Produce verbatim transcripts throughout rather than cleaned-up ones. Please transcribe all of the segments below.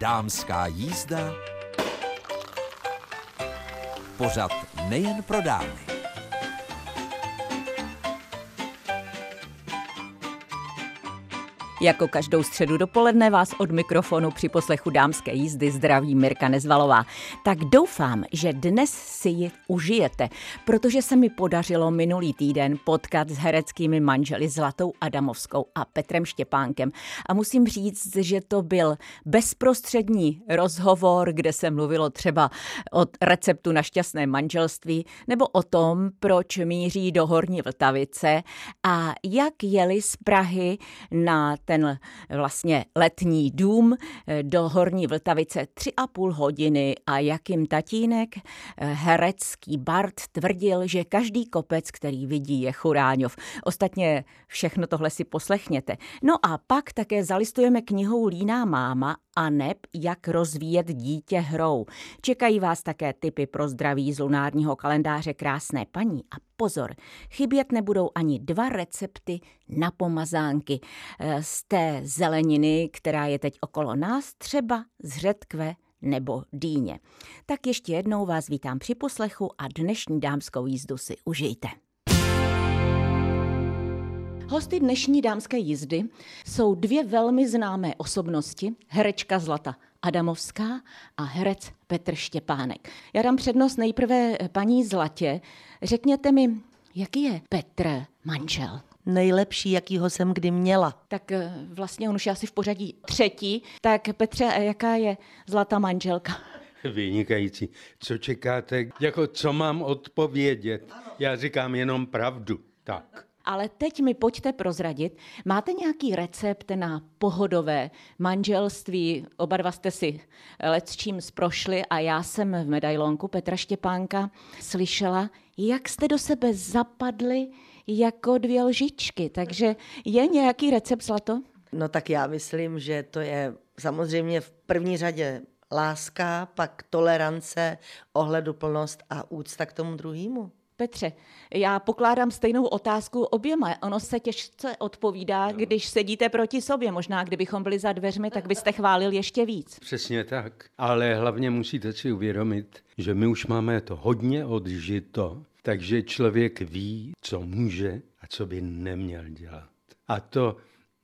Dámská jízda, pořad nejen pro dámy. Jako každou středu dopoledne vás od mikrofonu při poslechu Dámské jízdy zdraví Mirka Nezvalová. Tak doufám, že dnes si ji užijete, protože se mi podařilo minulý týden potkat s hereckými manželi Zlatou Adamovskou a Petrem Štěpánkem. A musím říct, že to byl bezprostřední rozhovor, kde se mluvilo třeba o receptu na šťastné manželství nebo o tom, proč míří do Horní Vltavice a jak jeli z Prahy na ten vlastně letní dům do Horní Vltavice tři a půl hodiny a jak jim tatínek, herecký Bart, tvrdil, že každý kopec, který vidí, je Churáňov. Ostatně všechno tohle si poslechněte. No a pak také zalistujeme knihou Líná máma a neb jak rozvíjet dítě hrou. Čekají vás také tipy pro zdraví z lunárního kalendáře Krásné paní a pozor, chybět nebudou ani dva recepty na pomazánky z té zeleniny, která je teď okolo nás, třeba z řetkve nebo dýně. Tak ještě jednou vás vítám při poslechu a dnešní dámskou jízdu si užijte. Hosty dnešní dámské jízdy jsou dvě velmi známé osobnosti, herečka Zlata Adamovská a herec Petr Štěpánek. Já dám přednost nejprve paní Zlatě. Řekněte mi, jaký je Petr manžel? Nejlepší, jakýho jsem kdy měla. Tak vlastně on už je asi v pořadí třetí. Tak Petře, jaká je Zlata manželka? Vynikající. Co čekáte? Jako co mám odpovědět? Já říkám jenom pravdu. Tak. Ale teď mi pojďte prozradit, máte nějaký recept na pohodové manželství? Oba dva jste si lecčím zprošli a já jsem v medailonku Petra Štěpánka slyšela, jak jste do sebe zapadli jako dvě lžičky. Takže je nějaký recept, Zlato? No tak já myslím, že to je samozřejmě v první řadě láska, pak tolerance, ohleduplnost a úcta k tomu druhému. Petře, já pokládám stejnou otázku oběma. Ono se těžce odpovídá, no. Když sedíte proti sobě. Možná, kdybychom byli za dveřmi, tak byste chválil ještě víc. Přesně tak. Ale hlavně musíte si uvědomit, že my už máme to hodně odžito, takže člověk ví, co může a co by neměl dělat. A to,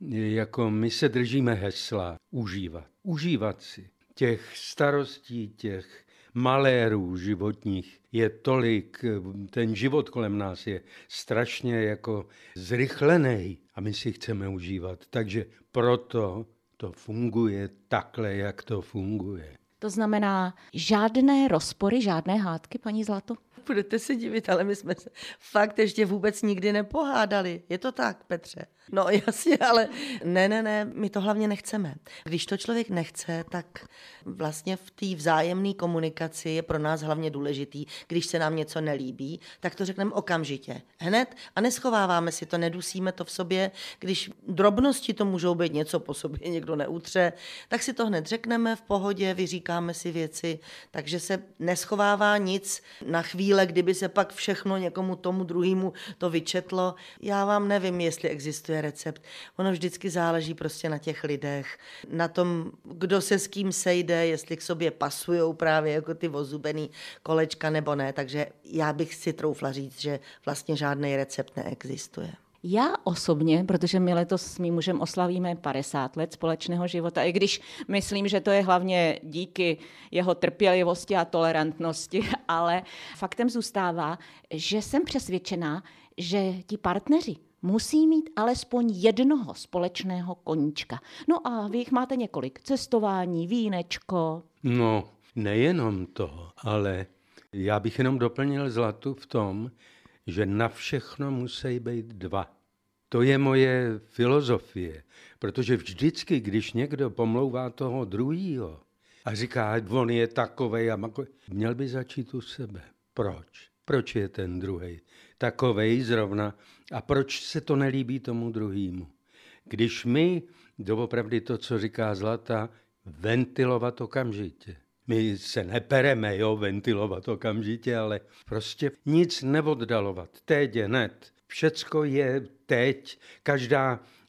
jako my se držíme hesla, užívat. Užívat si těch starostí, těch malérů životních je tolik, ten život kolem nás je strašně jako zrychlený a my si chceme užívat. Takže proto to funguje takhle, jak to funguje. To znamená žádné rozpory, žádné hádky, paní Zlato? Budete se divit, ale my jsme se fakt ještě vůbec nikdy nepohádali. Je to tak, Petře? No jasně, ale ne, ne, ne, my to hlavně nechceme. Když to člověk nechce, tak vlastně v té vzájemné komunikaci je pro nás hlavně důležitý. Když se nám něco nelíbí, tak to řekneme okamžitě, hned a neschováváme si to, nedusíme to v sobě. Když drobnosti to můžou být něco po sobě, někdo neutře, tak si to hned řekneme v pohodě, vyříkáme si věci, takže se neschovává nic na chvíle, kdyby se pak všechno někomu tomu druhému to vyčetlo. Já vám nevím, jestli existuje recept. Ono vždycky záleží prostě na těch lidech, na tom, kdo se s kým sejde, jestli k sobě pasujou právě jako ty ozubený kolečka nebo ne. Takže já bych si troufla říct, že vlastně žádný recept neexistuje. Já osobně, protože my letos s mým mužem oslavíme padesát let společného života, i když myslím, že to je hlavně díky jeho trpělivosti a tolerantnosti, ale faktem zůstává, že jsem přesvědčená, že ti partneři musí mít alespoň jednoho společného koníčka. No a vy jich máte několik. Cestování, vínečko. No, nejenom to, ale já bych jenom doplnil Zlatu v tom, že na všechno musí být dva. To je moje filozofie, protože vždycky, když někdo pomlouvá toho druhýho a říká, on je takovej a makovej, měl by začít u sebe. Proč? Proč je ten druhej takovej zrovna a proč se to nelíbí tomu druhému? Když my, doopravdy to, co říká Zlata, ventilovat okamžitě. My se nepereme, jo, ventilovat okamžitě, ale prostě nic neoddalovat. Teď je hned. Všecko je teď. Každá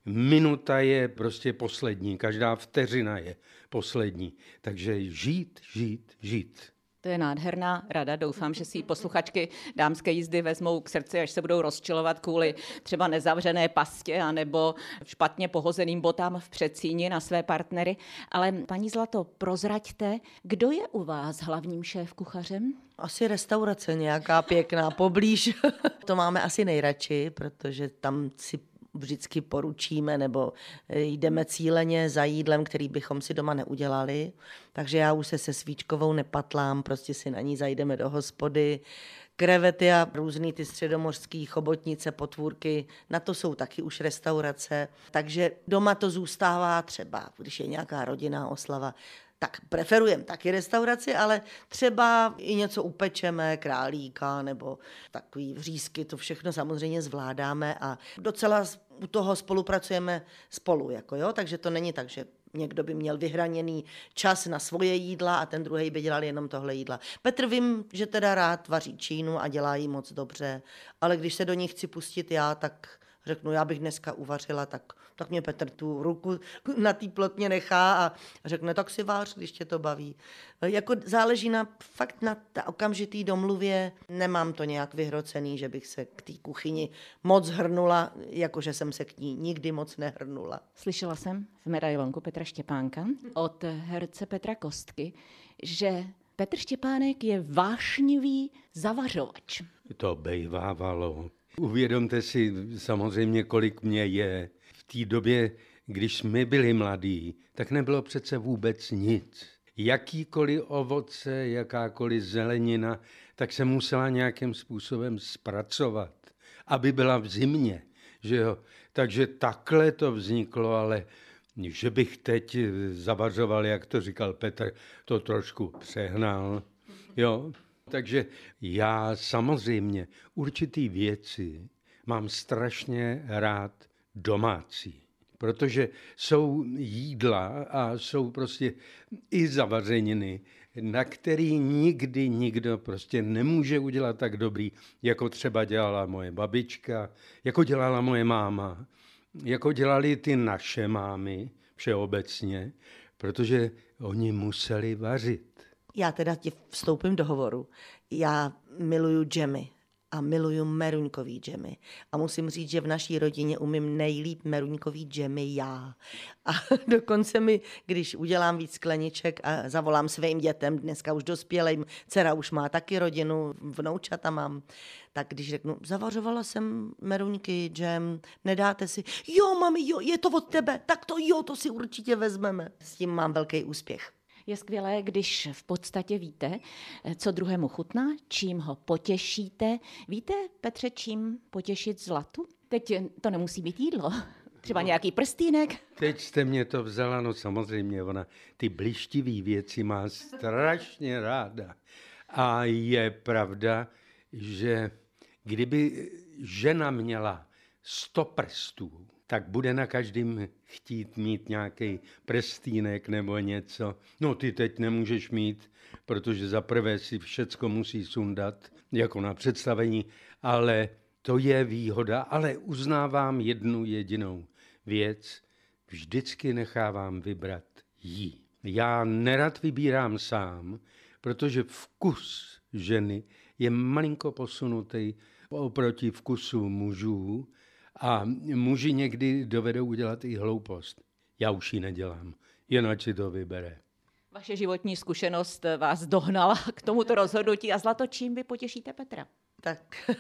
minuta je prostě poslední, každá vteřina je poslední. Takže žít, žít, žít. To je nádherná rada. Doufám, že si ji posluchačky dámské jízdy vezmou k srdci, až se budou rozčilovat kvůli třeba nezavřené pastě anebo špatně pohozeným botám v předsíni na své partnery. Ale paní Zlato, prozraďte, kdo je u vás hlavním šéfkuchařem? Asi restaurace nějaká pěkná poblíž. To máme asi nejradši, protože tam si vždycky poručíme nebo jdeme cíleně za jídlem, který bychom si doma neudělali. Takže já už se se svíčkovou nepatlám, prostě si na ní zajdeme do hospody. Krevety a různý ty středomořský chobotnice, potvůrky, na to jsou taky už restaurace. Takže doma to zůstává třeba, když je nějaká rodinná oslava, tak preferujeme taky restauraci, ale třeba i něco upečeme, králíka nebo takový vřízky, to všechno samozřejmě zvládáme a docela u toho spolupracujeme spolu, jako jo? Takže to není tak, že někdo by měl vyhraněný čas na svoje jídla a ten druhý by dělal jenom tohle jídla. Petr vím, že teda rád vaří čínu a dělá ji moc dobře, ale když se do ní chci pustit já, tak řeknu, já bych dneska uvařila, tak, tak mě Petr tu ruku na té plotně nechá a řekne, tak si vář, když tě to baví. Jako záleží na fakt na ta okamžitý domluvě, nemám to nějak vyhrocený, že bych se k té kuchyni moc hrnula, jakože jsem se k ní nikdy moc nehrnula. Slyšela jsem v medailonku Petra Štěpánka od herce Petra Kostky, že Petr Štěpánek je vášnivý zavařovač. To bejvávalo. Uvědomte si samozřejmě, kolik mě je. V té době, když jsme byli mladí, tak nebylo přece vůbec nic. Jakýkoliv ovoce, jakákoliv zelenina, tak se musela nějakým způsobem zpracovat, aby byla v zimě. Že jo? Takže takhle to vzniklo, ale že bych teď zavařoval, jak to říkal Petr, to trošku přehnal. Jo? Takže já samozřejmě určitý věci mám strašně rád domácí, protože jsou jídla a jsou prostě i zavařeniny, na který nikdy nikdo prostě nemůže udělat tak dobrý, jako třeba dělala moje babička, jako dělala moje máma, jako dělali ty naše mámy všeobecně, protože oni museli vařit. Já teda ti vstoupím do hovoru. Já miluju džemy a miluju meruňkový džemy. A musím říct, že v naší rodině umím nejlíp meruňkový džemy já. A dokonce mi, když udělám víc skleniček a zavolám svým dětem, dneska už dospělým, dcera už má taky rodinu, vnoučata mám, tak když řeknu, zavařovala jsem meruňky, džem, nedáte si, jo mami, jo, je to od tebe, tak to jo, to si určitě vezmeme. S tím mám velký úspěch. Je skvělé, když v podstatě víte, co druhému chutná, čím ho potěšíte. Víte, Petře, čím potěšit Zlatu? Teď to nemusí být jídlo, třeba nějaký prstýnek. Teď jste mě to vzala, no samozřejmě, ona ty blištivý věci má strašně ráda. A je pravda, že kdyby žena měla sto prstů, tak bude na každém chtít mít nějaký prstýnek nebo něco. No ty teď nemůžeš mít, protože za prvé si všecko musí sundat, jako na představení, ale to je výhoda. Ale uznávám jednu jedinou věc, vždycky nechávám vybrat jí. Já nerad vybírám sám, protože vkus ženy je malinko posunutý oproti vkusu mužů, a muži někdy dovedou udělat i hloupost. Já už ji nedělám, jen si to vybere. Vaše životní zkušenost vás dohnala k tomuto rozhodnutí. A Zlato, čím vy potěšíte Petra? Tak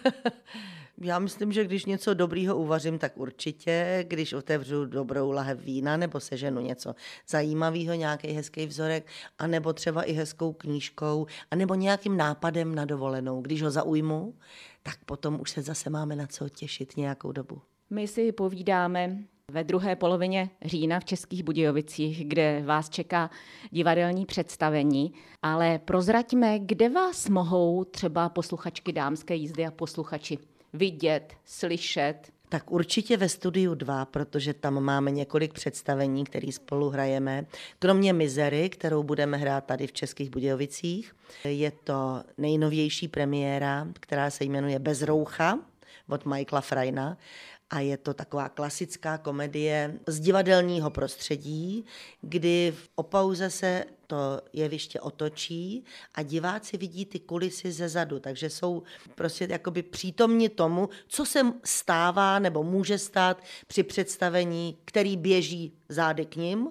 já myslím, že když něco dobrýho uvařím, tak určitě, když otevřu dobrou lahev vína nebo seženu něco zajímavého, nějaký hezký vzorek, anebo třeba i hezkou knížkou, anebo nějakým nápadem na dovolenou. Když ho zaujmu, tak potom už se zase máme na co těšit nějakou dobu. My si povídáme ve druhé polovině října v Českých Budějovicích, kde vás čeká divadelní představení, ale prozraďme, kde vás mohou třeba posluchačky dámské jízdy a posluchači vidět, slyšet. Tak určitě ve Studiu dva, protože tam máme několik představení, které spolu hrajeme. Kromě Mizery, kterou budeme hrát tady v Českých Budějovicích, je to nejnovější premiéra, která se jmenuje Bez roucha. od Michaela Frajna. A je to taková klasická komedie z divadelního prostředí, kdy o pauze se to jeviště otočí a diváci vidí ty kulisy ze zadu, takže jsou prostě jakoby přítomni tomu, co se stává nebo může stát při představení, který běží zády k nim,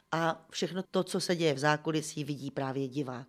a všechno to, co se děje v zákulisí, vidí právě divák.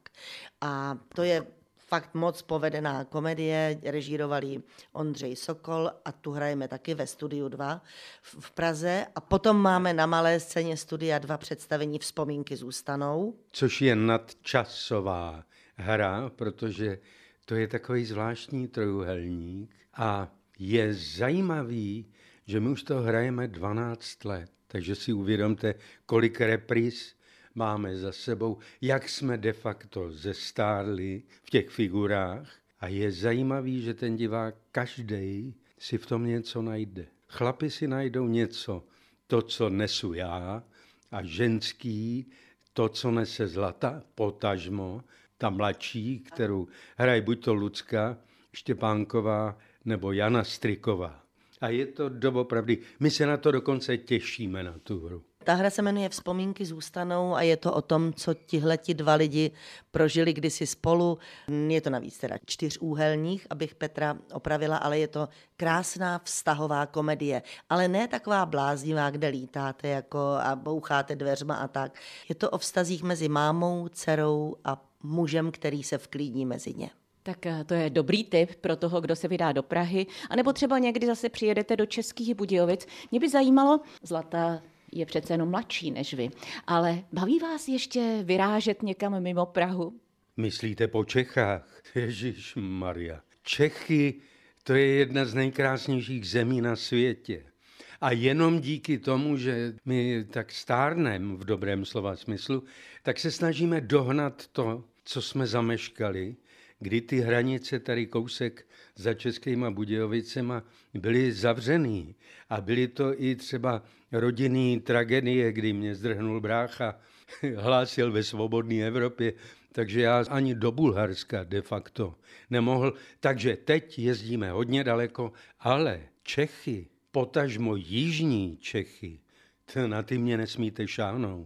A to je fakt moc povedená komedie, režírovali Ondřej Sokol a tu hrajeme taky ve Studiu dva v Praze. A potom máme na Malé scéně Studia dva představení Vzpomínky zůstanou. Což je nadčasová hra, protože to je takový zvláštní trojúhelník a je zajímavý, že my už to hrajeme dvanáct let, takže si uvědomte, kolik repríz máme za sebou, jak jsme de facto zestárli v těch figurách, a je zajímavý, že ten divák každej si v tom něco najde. Chlapi si najdou něco, to, co nesu já, a ženský to, co nese Zlata, potažmo, ta mladší, kterou hraje buď to Lucka Štěpánková nebo Jana Striková. A je to doopravdy, my se na to dokonce těšíme, na tu hru. Ta hra se jmenuje Vzpomínky zůstanou a je to o tom, co tihleti dva lidi prožili kdysi spolu. Je to navíc teda čtyřúhelník, abych Petra opravila, ale je to krásná vztahová komedie. Ale ne taková bláznivá, kde lítáte jako a boucháte dveřma a tak. Je to o vztazích mezi mámou, dcerou a mužem, který se vklídní mezi ně. Tak to je dobrý tip pro toho, kdo se vydá do Prahy, anebo třeba někdy zase přijedete do Českých Budějovic. Mě by zajímalo, Zlata je přece jenom mladší než vy, ale baví vás ještě vyrážet někam mimo Prahu? Myslíte po Čechách? Ježišmarja. Čechy, to je jedna z nejkrásnějších zemí na světě. A jenom díky tomu, že my tak stárneme v dobrém slova smyslu, tak se snažíme dohnat to, co jsme zameškali, kdy ty hranice tady kousek za Českýma Budějovicema byly zavřený. A byly to i třeba rodinný tragédie, kdy mě zdrhnul brácha, hlásil ve svobodné Evropě, takže já ani do Bulharska de facto nemohl. Takže teď jezdíme hodně daleko, ale Čechy, potažmo jižní Čechy, to na ty mě nesmíte šáhnout.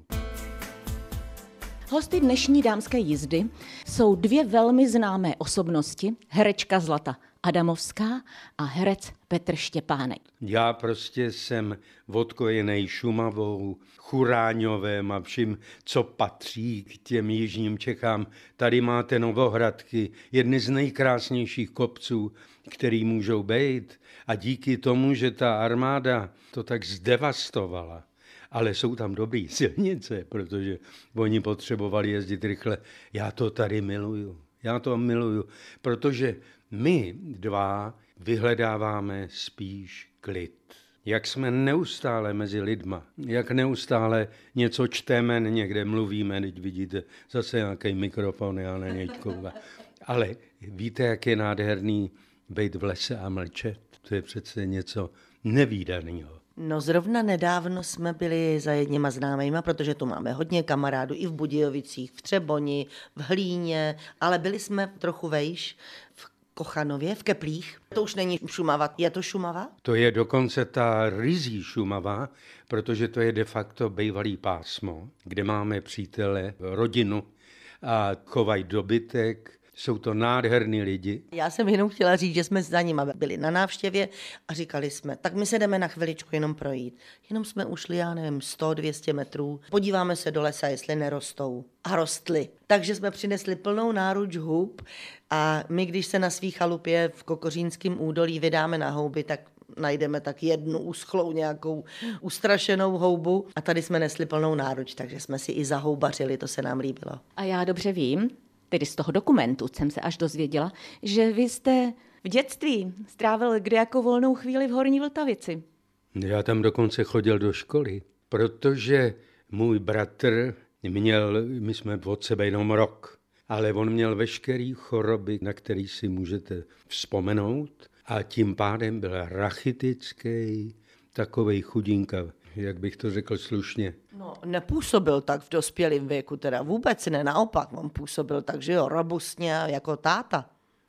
Hosty dnešní dámské jízdy jsou dvě velmi známé osobnosti, herečka Zlata Adamovská a herec Petr Štěpánek. Já prostě jsem odkojenej Šumavou, Churáňovém a vším, co patří k těm jižním Čechám. Tady máte Novohradky, jedny z nejkrásnějších kopců, který můžou být. A díky tomu, že ta armáda to tak zdevastovala, ale jsou tam dobrý silnice, protože oni potřebovali jezdit rychle. Já to tady miluju. Já to miluju, protože my dva vyhledáváme spíš klid. Jak jsme neustále mezi lidma, jak neustále něco čteme, někde mluvíme, teď vidíte zase nějaký mikrofon, já na něj koukám. Ale víte, jak je nádherný být v lese a mlčet? To je přece něco nevídaného. No zrovna nedávno jsme byli za jedněma známejma, protože tu máme hodně kamarádů i v Budějovicích, v Třeboni, v Hlíně, ale byli jsme trochu vejš v Kochanově, v Keplích. To už není Šumava. Je to Šumava? To je dokonce ta ryzí Šumava, protože to je de facto bývalý pásmo, kde máme přítele, rodinu a chovají dobytek. Jsou to nádherní lidi. Já jsem jenom chtěla říct, že jsme za nimi byli na návštěvě a říkali jsme, tak my se jdeme na chviličku jenom projít. Jenom jsme ušli, já nevím, sto dvě stě metrů. Podíváme se do lesa, jestli nerostou. A rostly. Takže jsme přinesli plnou náruč hub a my, když se na svý chalupě v Kokořínském údolí vydáme na houby, tak najdeme tak jednu uschlou nějakou ustrašenou houbu. A tady jsme nesli plnou náruč, takže jsme si i zahoubařili, to se nám líbilo. A já dobře vím, tedy z toho dokumentu jsem se až dozvěděla, že vy jste v dětství strávil kdejakou volnou chvíli v Horní Vltavici. Já tam dokonce chodil do školy, protože můj bratr měl, my jsme od sebe jenom rok, ale on měl veškerý choroby, na který si můžete vzpomenout, a tím pádem byl rachitický, takovej chudinka, jak bych to řekl slušně. No, nepůsobil tak v dospělém věku, teda vůbec ne, naopak, on působil tak, že jo, robustně jako táta.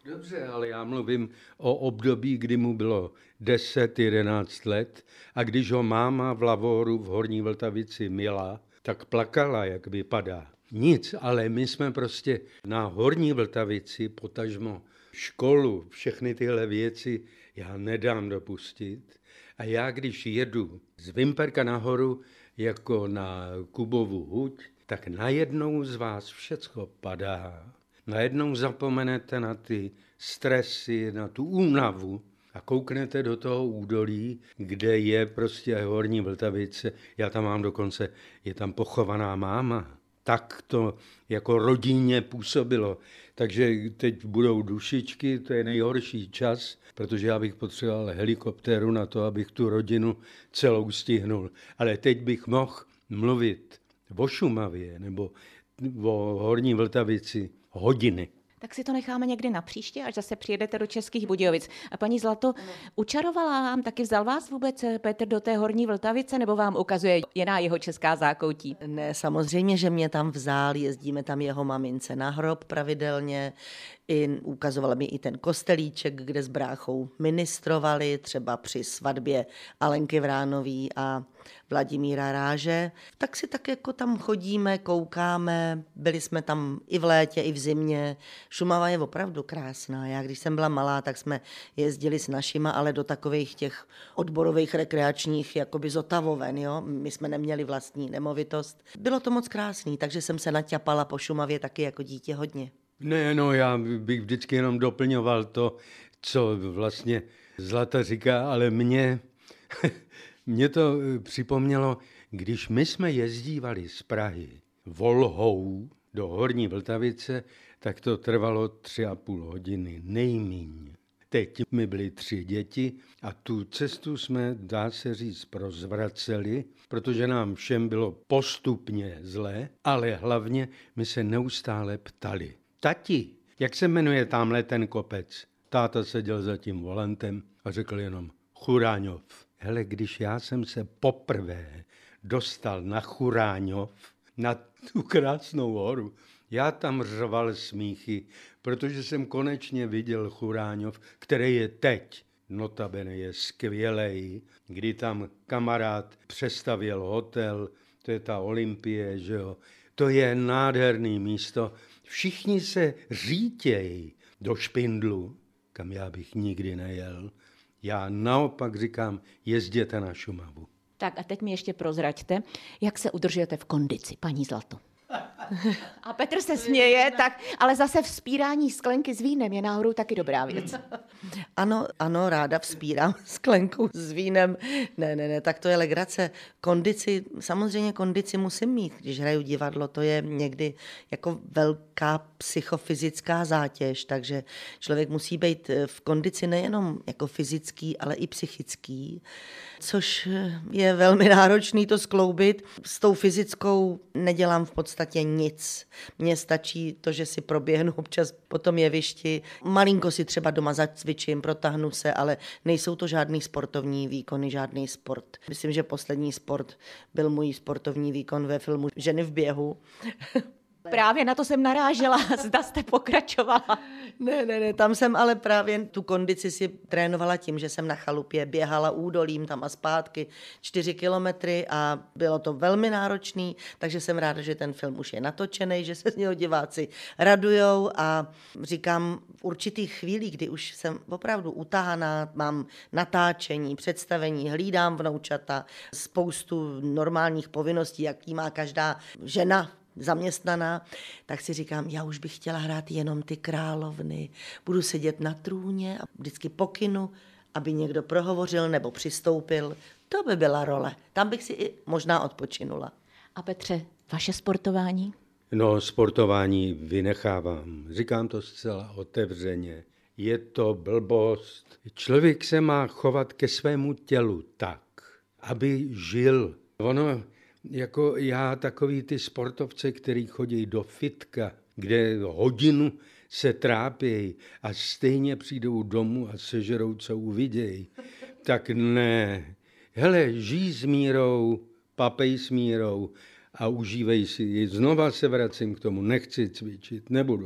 Dobře, ale já mluvím o období, kdy mu bylo deset, jedenáct let a když ho máma v Lavoru v Horní Vltavici měla, tak plakala, jak vypadá. Nic, ale my jsme prostě na Horní Vltavici, potažmo školu, všechny tyhle věci já nedám dopustit. A já, když jedu z Vimperka nahoru jako na Kubovu huť, tak najednou z vás všecko padá. Najednou zapomenete na ty stresy, na tu únavu a kouknete do toho údolí, kde je prostě Horní Vltavice. Já tam mám dokonce, je tam pochovaná máma. Tak to jako rodině působilo. Takže teď budou dušičky, to je nejhorší čas, protože já bych potřeboval helikoptéru na to, abych tu rodinu celou stihnul. Ale teď bych mohl mluvit o Šumavě nebo o Horní Vltavici hodiny. Tak si to necháme někdy na příště, až zase přijedete do Českých Budějovic. A paní Zlato, učarovala vám, taky vzal vás vůbec Petr do té Horní Vltavice, nebo vám ukazuje jiná jeho česká zákoutí? Ne, samozřejmě, že mě tam vzal, jezdíme tam jeho mamince na hrob pravidelně, i ukazovala mi i ten kostelíček, kde s bráchou ministrovali, třeba při svatbě Alenky Vránový a Vladimíra Ráže. Tak si tak jako tam chodíme, koukáme, byli jsme tam i v létě, i v zimě. Šumava je opravdu krásná. Já když jsem byla malá, tak jsme jezdili s našima, ale do takových těch odborových rekreačních jakoby zotavoven, jo. My jsme neměli vlastní nemovitost. Bylo to moc krásný, takže jsem se naťapala po Šumavě taky jako dítě hodně. Ne, no já bych vždycky jenom doplňoval to, co vlastně Zlata říká, ale mě, mě to připomnělo, když my jsme jezdívali z Prahy Volhou do Horní Vltavice, tak to trvalo tři a půl hodiny, nejmíň. Teď my byli tři děti a tu cestu jsme, dá se říct, prozvraceli, protože nám všem bylo postupně zlé, ale hlavně my se neustále ptali. Tati, jak se jmenuje tamhle ten kopec? Táta seděl za tím volantem a řekl jenom Churáňov. Hele, když já jsem se poprvé dostal na Churáňov, na tu krásnou horu, já tam řval smíchy, protože jsem konečně viděl Churáňov, který je teď, notabene je skvělej, kdy tam kamarád přestavěl hotel, to je ta Olympie, že jo. To je nádherný místo. Všichni se řítějí do Špindlu, kam já bych nikdy nejel. Já naopak říkám, jezděte na Šumavu. Tak a teď mi ještě prozraďte, jak se udržujete v kondici, paní Zlato. A Petr se směje, tak, ale zase vzpírání sklenky s vínem je náhodou taky dobrá věc. Ano, ano, ráda vzpírám sklenku s vínem. Ne, ne, ne, tak to je legrace. Kondici, samozřejmě kondici musím mít, když hraju divadlo, to je někdy jako velká psychofyzická zátěž, takže člověk musí být v kondici nejenom jako fyzický, ale i psychický, což je velmi náročný to skloubit. S tou fyzickou nedělám v podstatě nic. Mně stačí to, že si proběhnu občas po tom jevišti. Malinko si třeba doma zacvičím, protáhnu se, ale nejsou to žádný sportovní výkony, žádný sport. Myslím, že poslední sport byl můj sportovní výkon ve filmu Ženy v běhu. Právě na to jsem narážela, zda jste pokračovala. Ne, ne, ne, tam jsem ale právě tu kondici si trénovala tím, že jsem na chalupě běhala údolím tam a zpátky čtyři kilometry a bylo to velmi náročný, takže jsem ráda, že ten film už je natočený, že se z něho diváci radujou a říkám v určitých chvílích, kdy už jsem opravdu utahaná, mám natáčení, představení, hlídám vnoučata, spoustu normálních povinností, jaký má každá žena, zaměstnaná, tak si říkám, já už bych chtěla hrát jenom ty královny. Budu sedět na trůně a vždycky pokynu, aby někdo prohovořil nebo přistoupil. To by byla role. Tam bych si i možná odpočinula. A Petře, vaše sportování? No, sportování vynechávám. Říkám to zcela otevřeně. Je to blbost. Člověk se má chovat ke svému tělu tak, aby žil. Ono jako já takový ty sportovce, který chodí do fitka, kde hodinu se trápějí a stejně přijdou domů a sežerou, co uvidějí, tak ne. Hele, žij s mírou, papej s mírou a užívej si ji. Znova se vracím k tomu, nechci cvičit, nebudu.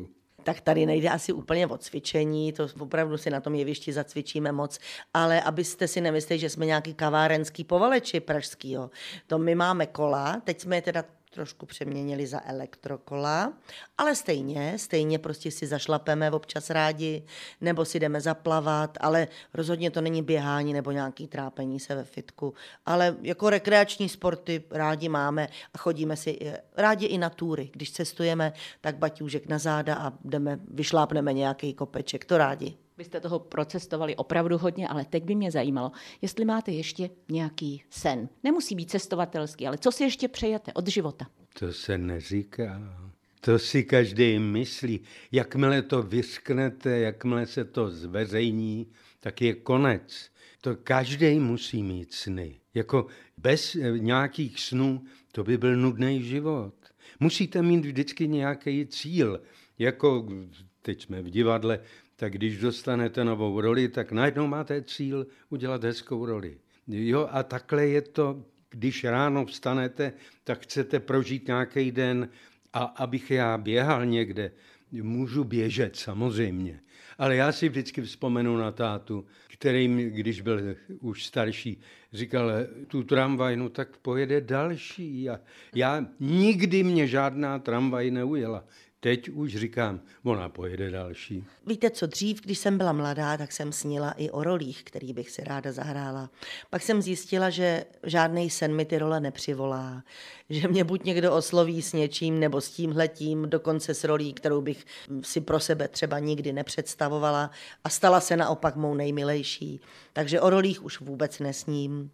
Tak tady nejde asi úplně o cvičení, to opravdu si na tom jevišti zacvičíme moc, ale abyste si nemysleli, že jsme nějaký kavárenský povaleči pražskýho. To my máme kola, teď jsme je teda trošku přeměnili za elektrokola, ale stejně, stejně prostě si zašlapeme občas rádi, nebo si jdeme zaplavat, ale rozhodně to není běhání nebo nějaký trápení se ve fitku, ale jako rekreační sporty rádi máme a chodíme si rádi i na túry. Když cestujeme, tak baťůžek na záda a jdeme, vyšlápneme nějaký kopeček, to rádi. Vy jste toho procestovali opravdu hodně, ale teď by mě zajímalo, jestli máte ještě nějaký sen. Nemusí být cestovatelský, ale co si ještě přejete od života? To se neříká. To si každý myslí. Jakmile to vyřknete, jakmile se to zveřejní, tak je konec. To každý musí mít sny. Jako bez nějakých snů to by byl nudný život. Musíte mít vždycky nějaký cíl. Jako teď jsme v divadle, tak když dostanete novou roli, tak najednou máte cíl udělat hezkou roli. Jo, a takhle je to, když ráno vstanete, tak chcete prožít nějaký den a abych já běhal někde, můžu běžet samozřejmě. Ale já si vždycky vzpomenu na tátu, který, když byl už starší, říkal, tu tramvaj, no tak pojede další. A já nikdy mě žádná tramvaj neujela. Teď už říkám, ona pojede další. Víte co, dřív, když jsem byla mladá, tak jsem snila i o rolích, který bych si ráda zahrála. Pak jsem zjistila, že žádnej sen mi ty role nepřivolá. Že mě buď někdo osloví s něčím nebo s tímhletím, dokonce s rolí, kterou bych si pro sebe třeba nikdy nepředstavovala a stala se naopak mou nejmilejší. Takže o rolích už vůbec nesním.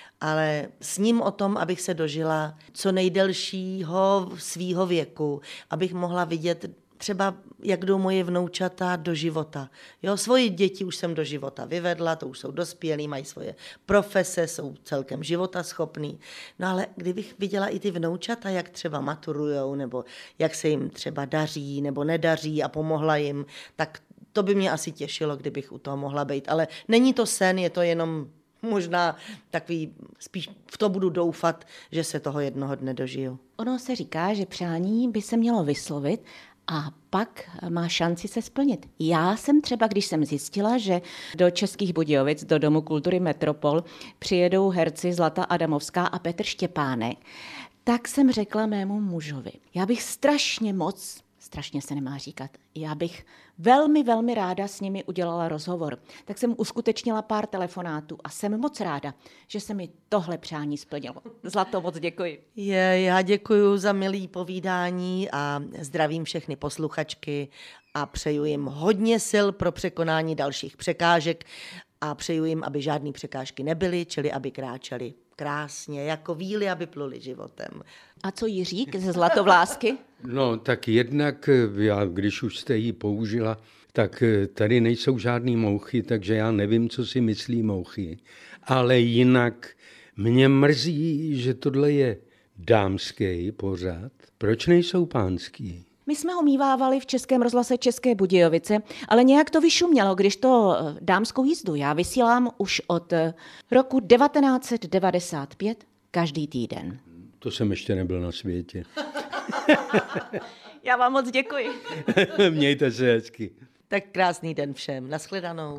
Ale sním o tom, abych se dožila co nejdelšího svýho věku, abych mohla vidět třeba, jak jdou moje vnoučata do života. Jo, svoji děti už jsem do života vyvedla, to už jsou dospělí, mají svoje profese, jsou celkem životaschopný. No ale kdybych viděla i ty vnoučata, jak třeba maturujou, nebo jak se jim třeba daří, nebo nedaří a pomohla jim, tak to by mě asi těšilo, kdybych u toho mohla být. Ale není to sen, je to jenom možná takový, spíš v to budu doufat, že se toho jednoho dne dožiju. Ono se říká, že přání by se mělo vyslovit a pak má šanci se splnit. Já jsem třeba, když jsem zjistila, že do Českých Budějovic, do Domu kultury Metropol, přijedou herci Zlata Adamovská a Petr Štěpánek, tak jsem řekla mému mužovi, já bych strašně moc, strašně se nemá říkat, já bych velmi, velmi ráda s nimi udělala rozhovor. Tak jsem uskutečnila pár telefonátů a jsem moc ráda, že se mi tohle přání splnilo. Zlato, moc děkuji. Je, já děkuji za milý povídání a zdravím všechny posluchačky a přeju jim hodně sil pro překonání dalších překážek a přeju jim, aby žádný překážky nebyly, čili aby kráčeli krásně, jako víly, aby pluli životem. A co Jiřík ze Zlatovlásky? No, tak jednak, já, když už jste ji použila, tak tady nejsou žádný mouchy, takže já nevím, co si myslí mouchy. Ale jinak mě mrzí, že tohle je dámský pořad. Proč nejsou pánský? My jsme ho mívávali v Českém rozhlase České Budějovice, ale nějak to vyšumělo, když to dámskou jízdu já vysílám už od roku devatenáct set devadesát pět každý týden. To jsem ještě nebyl na světě. Já vám moc děkuji. Mějte se hezky. Tak krásný den všem. Nashledanou.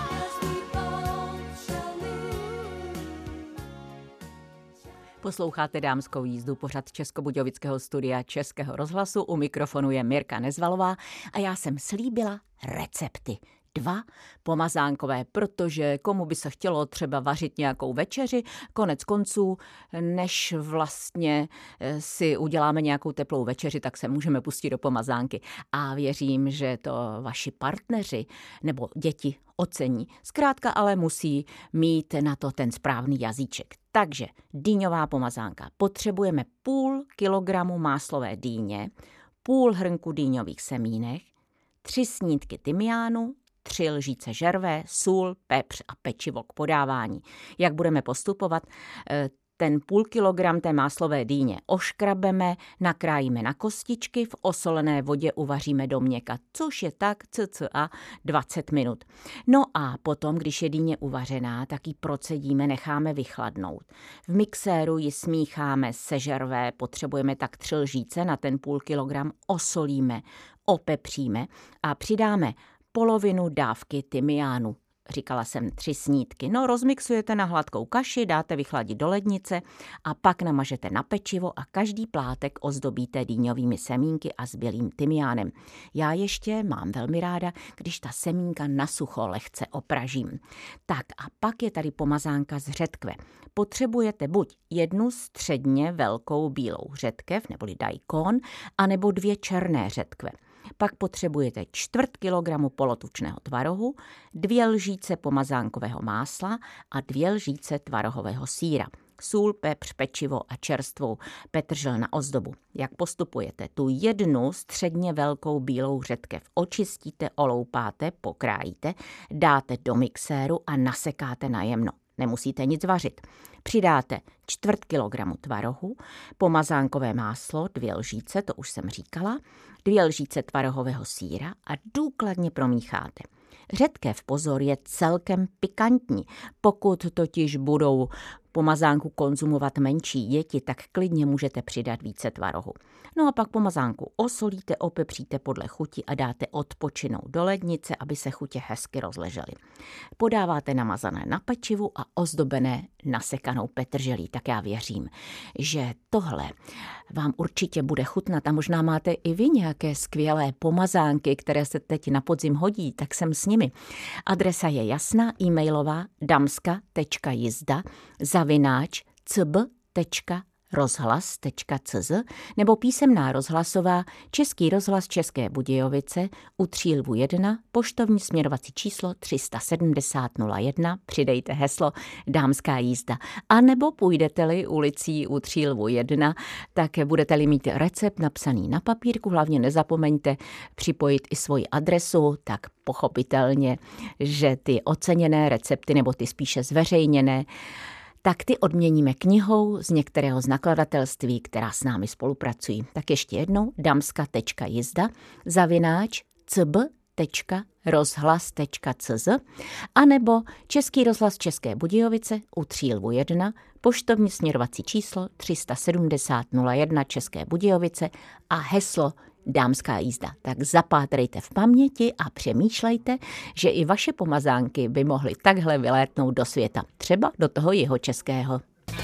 Posloucháte Dámskou jízdu, pořad Českobudějovického studia Českého rozhlasu. U mikrofonu je Mirka Nezvalová a já jsem slíbila recepty. Dva pomazánkové, protože komu by se chtělo třeba vařit nějakou večeři, konec konců, než vlastně si uděláme nějakou teplou večeři, tak se můžeme pustit do pomazánky. A věřím, že to vaši partneři nebo děti ocení. Zkrátka ale musí mít na to ten správný jazyček. Takže dýňová pomazánka. Potřebujeme půl kilogramu máslové dýně, půl hrnku dýňových semínek, tři snídky tymiánu, tři lžíce žervé, sůl, pepř a pečivo k podávání. Jak budeme postupovat? ten půl kilogram té máslové dýně oškrabeme, nakrájíme na kostičky, v osolené vodě uvaříme do měka, což je tak cca dvacet minut. No a potom, když je dýně uvařená, tak ji procedíme, necháme vychladnout. V mixéru ji smícháme sežervé, potřebujeme tak tři lžíce na ten půl kilogram, osolíme, opepříme a přidáme polovinu dávky tymiánu. Říkala jsem tři snídky. No, rozmixujete na hladkou kaši, dáte vychladit do lednice a pak namažete na pečivo a každý plátek ozdobíte dýňovými semínky a zbělým tymiánem. Já ještě mám velmi ráda, když ta semínka na sucho lehce opražím. Tak a pak je tady pomazánka z řetkve. Potřebujete buď jednu středně velkou bílou řetkev, neboli daikon, anebo dvě černé řetkve. Pak potřebujete čtvrt kilogramu polotučného tvarohu, dvě lžíce pomazánkového másla a dvě lžíce tvarohového sýra. Sůl, pepř, pečivo a čerstvou petržel na ozdobu. Jak postupujete? Tu jednu středně velkou bílou řetkev očistíte, oloupáte, pokrájíte, dáte do mixéru a nasekáte najemno. Nemusíte nic vařit. Přidáte čtvrt kilogramu tvarohu, pomazánkové máslo, dvě lžíce, to už jsem říkala, dvě lžíce tvarohového sýra a důkladně promícháte. Řetkev, pozor, je celkem pikantní. Pokud totiž budou pomazánku konzumovat menší děti, tak klidně můžete přidat více tvarohu. No a pak pomazánku osolíte, opepříte podle chuti a dáte odpočinout do lednice, aby se chutě hezky rozležely. Podáváte namazané na pečivu a ozdobené nasekanou petrželí. Tak já věřím, že tohle vám určitě bude chutnat a možná máte i vy nějaké skvělé pomazánky, které se teď na podzim hodí, tak jsem s nimi. Adresa je jasná, e-mailová damska tečka jizda zavináč cb.rozhlas tečka cz nebo písemná rozhlasová Český rozhlas České Budějovice u Třílvu jedna, poštovní směrovací číslo tři set sedmdesát nula jedna, přidejte heslo Dámská jízda. A nebo půjdete-li ulicí u Třílvu jedna, tak budete-li mít recept napsaný na papírku, hlavně nezapomeňte připojit i svoji adresu, tak pochopitelně, že ty oceněné recepty nebo ty spíše zveřejněné, tak ty odměníme knihou z některého z nakladatelství, která s námi spolupracují. Tak ještě jednou damska tečka jizda zavináč cb.rozhlas tečka cz a nebo Český rozhlas České Budějovice u Třílvu jedna, poštovní směrovací číslo tři set sedmdesát nula jedna České Budějovice a heslo Dámská jízda. Tak zapátrejte v paměti a přemýšlejte, že i vaše pomazánky by mohly takhle vylétnout do světa. Třeba do toho jihočeského.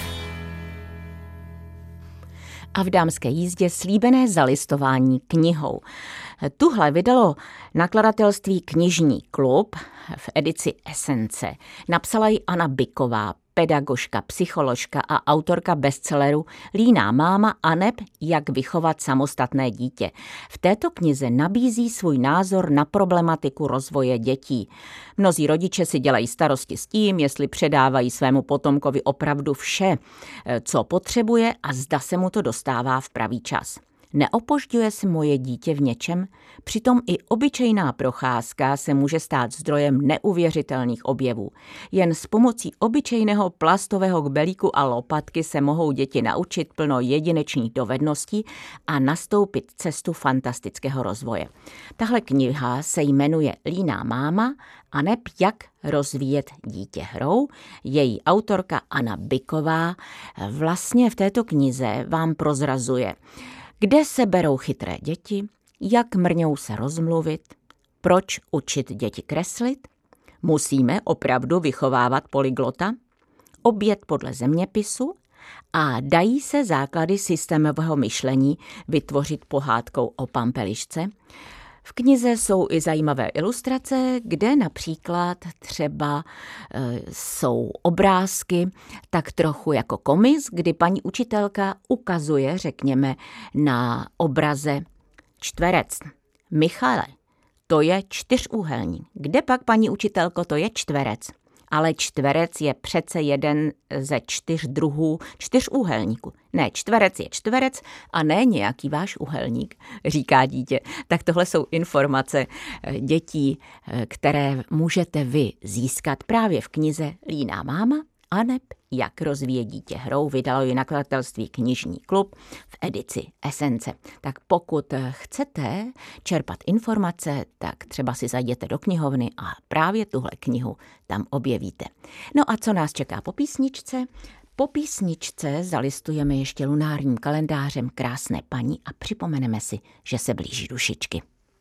A v Dámské jízdě slíbené zalistování knihou. Tuhle vydalo nakladatelství Knižní klub v edici Esence. Napsala ji Anna Biková, pedagožka, psycholožka a autorka bestselleru Líná máma aneb Jak vychovat samostatné dítě. V této knize nabízí svůj názor na problematiku rozvoje dětí. Mnozí rodiče si dělají starosti s tím, jestli předávají svému potomkovi opravdu vše, co potřebuje a zda se mu to dostává v pravý čas. Neopožďuje se moje dítě v něčem? Přitom i obyčejná procházka se může stát zdrojem neuvěřitelných objevů. Jen s pomocí obyčejného plastového kbelíku a lopatky se mohou děti naučit plno jedinečných dovedností a nastoupit cestu fantastického rozvoje. Tahle kniha se jmenuje Líná máma aneb Jak rozvíjet dítě hrou. Její autorka Anna Biková vlastně v této knize vám prozrazuje, kde se berou chytré děti, jak mrňou se rozmluvit, proč učit děti kreslit, musíme opravdu vychovávat polyglota, oběd podle zeměpisu a dají se základy systémového myšlení vytvořit pohádkou o pampelišce. V knize jsou i zajímavé ilustrace, kde například třeba e, jsou obrázky tak trochu jako komis, kdy paní učitelka ukazuje, řekněme, na obraze čtverec. Michale, to je čtyřúhelník. Kde pak, paní učitelko, to je čtverec? Ale čtverec je přece jeden ze čtyř druhů čtyřúhelníku. Ne, čtverec je čtverec a ne nějaký váš úhelník, říká dítě. Tak tohle jsou informace dětí, které můžete vy získat právě v knize Líná máma aneb Jak rozvíjet dítě hrou vydalo ji nakladatelství Knižní klub v edici Esence. Tak pokud chcete čerpat informace, tak třeba si zajděte do knihovny a právě tuhle knihu tam objevíte. No a co nás čeká po písničce? Po písničce zalistujeme ještě lunárním kalendářem Krásné paní a připomeneme si, že se blíží dušičky.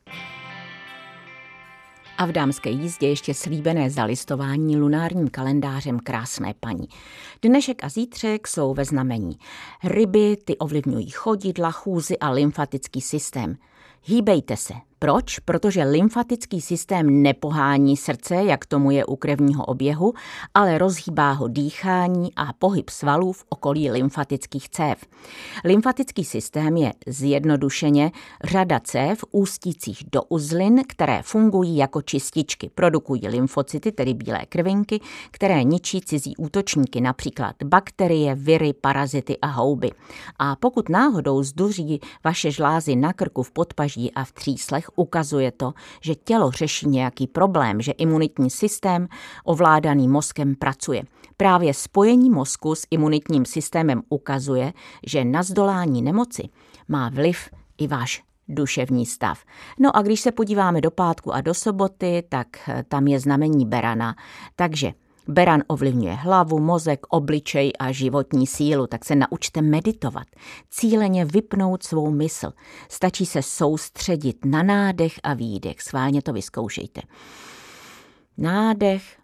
A v dámské jízdě ještě slíbené zalistování lunárním kalendářem Krásné paní. Dnešek a zítřek jsou ve znamení ryby, ty ovlivňují chodidla, chůzi a lymfatický systém. Hýbejte se. Proč? Protože lymfatický systém nepohání srdce, jak tomu je u krevního oběhu, ale rozhýbá ho dýchání a pohyb svalů v okolí lymfatických cév. Lymfatický systém je zjednodušeně řada cév ústících do uzlin, které fungují jako čističky. Produkují lymfocyty, tedy bílé krvinky, které ničí cizí útočníky, například bakterie, viry, parazity a houby. A pokud náhodou zduří vaše žlázy na krku, v podpaží a v tříslech, ukazuje to, že tělo řeší nějaký problém, že imunitní systém ovládaný mozkem pracuje. Právě spojení mozku s imunitním systémem ukazuje, že na zdolání nemoci má vliv i váš duševní stav. No a když se podíváme do pátku a do soboty, tak tam je znamení berana. Takže beran ovlivňuje hlavu, mozek, obličej a životní sílu, tak se naučte meditovat, cíleně vypnout svou mysl. Stačí se soustředit na nádech a výdech. Schválně to vyzkoušejte. Nádech,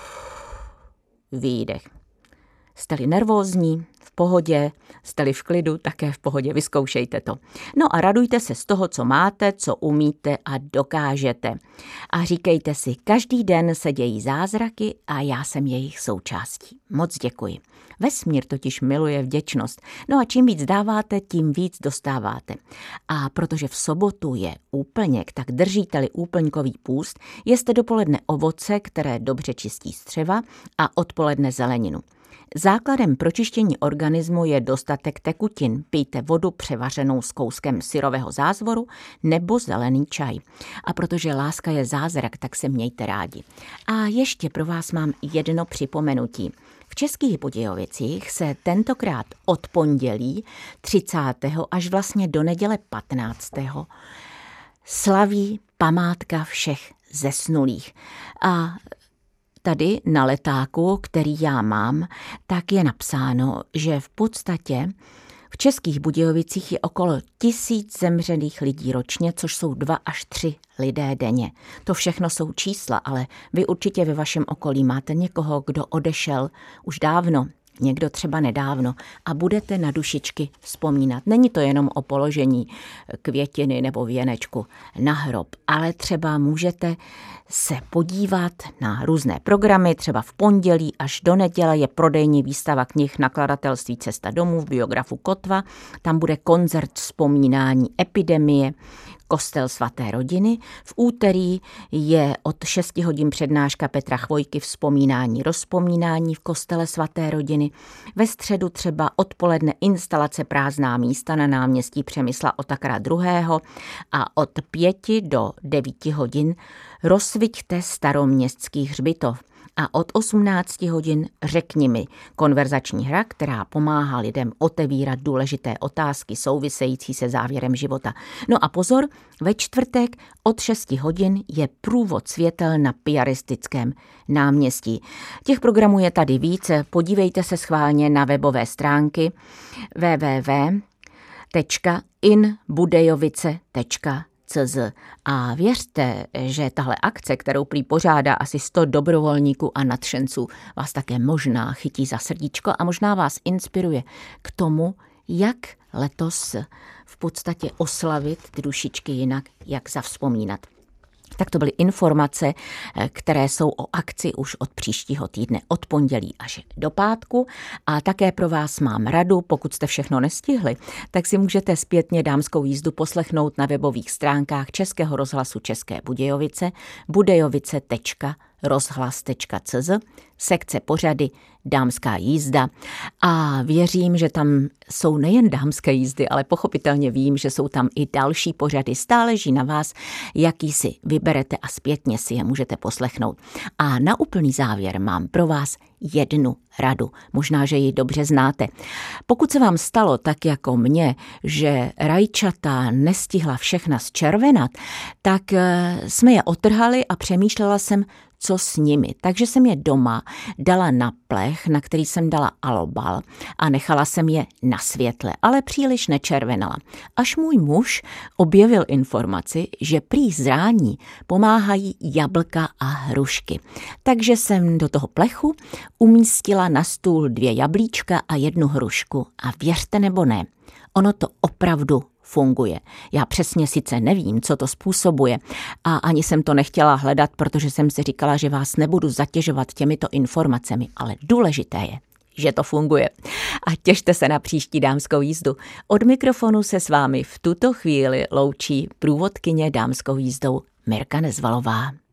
výdech. Jste-li nervózní, v pohodě, jste-li v klidu, také v pohodě, vyzkoušejte to. No a radujte se z toho, co máte, co umíte a dokážete. A říkejte si, každý den se dějí zázraky a já jsem jejich součástí. Moc děkuji. Vesmír totiž miluje vděčnost. No a čím víc dáváte, tím víc dostáváte. A protože v sobotu je úplněk, tak držíte-li úplňkový půst, jeste dopoledne ovoce, které dobře čistí střeva, a odpoledne zeleninu. Základem pro čištění organismu je dostatek tekutin. Pijte vodu převařenou s kouskem syrového zázvoru nebo zelený čaj. A protože láska je zázrak, tak se mějte rádi. A ještě pro vás mám jedno připomenutí. V Českých Budějovicích se tentokrát od pondělí třicátého až vlastně do neděle patnáctého slaví památka všech zesnulých. A tady na letáku, který já mám, tak je napsáno, že v podstatě v Českých Budějovicích je okolo tisíc zemřelých lidí ročně, což jsou dva až tři lidé denně. To všechno jsou čísla, ale vy určitě ve vašem okolí máte někoho, kdo odešel už dávno, někdo třeba nedávno, a budete na dušičky vzpomínat. Není to jenom o položení květiny nebo věnečku na hrob, ale třeba můžete se podívat na různé programy, třeba v pondělí až do neděle je prodejní výstava knih nakladatelství Cesta domů v biografu Kotva, tam bude koncert vzpomínání epidemie, Kostel svaté rodiny. V úterý je od šesti hodin přednáška Petra Chvojky Vzpomínání, rozpomínání v kostele svaté rodiny. Ve středu třeba odpoledne instalace Prázdná místa na náměstí Přemysla Otakara druhého. a od pěti do devíti hodin Rozsviťte staroměstský hřbitov. A od osmnácti hodin Řekni mi, konverzační hra, která pomáhá lidem otevírat důležité otázky související se závěrem života. No a pozor, ve čtvrtek od šesti hodin je průvod světel na Piaristickém náměstí. Těch programů je tady více, podívejte se schválně na webové stránky w w w tečka in budejovice tečka cé zet. A věřte, že tahle akce, kterou prý pořádá asi sto dobrovolníků a nadšenců, vás také možná chytí za srdíčko a možná vás inspiruje k tomu, jak letos v podstatě oslavit ty dušičky jinak, jak zavzpomínat. Tak to byly informace, které jsou o akci už od příštího týdne, od pondělí až do pátku. A také pro vás mám radu, pokud jste všechno nestihli, tak si můžete zpětně dámskou jízdu poslechnout na webových stránkách Českého rozhlasu České Budějovice, budejovice tečka rozhlas tečka cé zet, sekce pořady Dámská jízda. A věřím, že tam jsou nejen dámské jízdy, ale pochopitelně vím, že jsou tam i další pořady. Stále leží na vás, jaký si vyberete a zpětně si je můžete poslechnout. A na úplný závěr mám pro vás jednu radu. Možná, že ji dobře znáte. Pokud se vám stalo tak jako mně, že rajčata nestihla všechna zčervenat, tak jsme je otrhali a přemýšlela jsem, co s nimi. Takže jsem je doma dala na plech, na který jsem dala alobal a nechala jsem je na světle, ale příliš nečervenala. Až můj muž objevil informaci, že prý zrání pomáhají jablka a hrušky. Takže jsem do toho plechu umístila na stůl dvě jablíčka a jednu hrušku. A věřte nebo ne, ono to opravdu funguje. Já přesně sice nevím, co to způsobuje a ani jsem to nechtěla hledat, protože jsem si říkala, že vás nebudu zatěžovat těmito informacemi, ale důležité je, že to funguje. A těšte se na příští dámskou jízdu. Od mikrofonu se s vámi v tuto chvíli loučí průvodkyně dámskou jízdou Mirka Nezvalová.